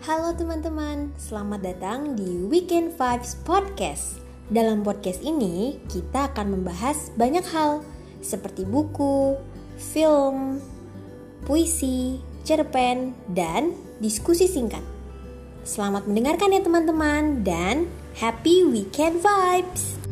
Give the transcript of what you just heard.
Halo teman-teman, selamat datang di Weekend Vibes Podcast. Dalam podcast ini, kita akan membahas banyak hal seperti buku, film, puisi, cerpen, dan diskusi singkat. Selamat mendengarkan ya teman-teman, dan happy weekend vibes!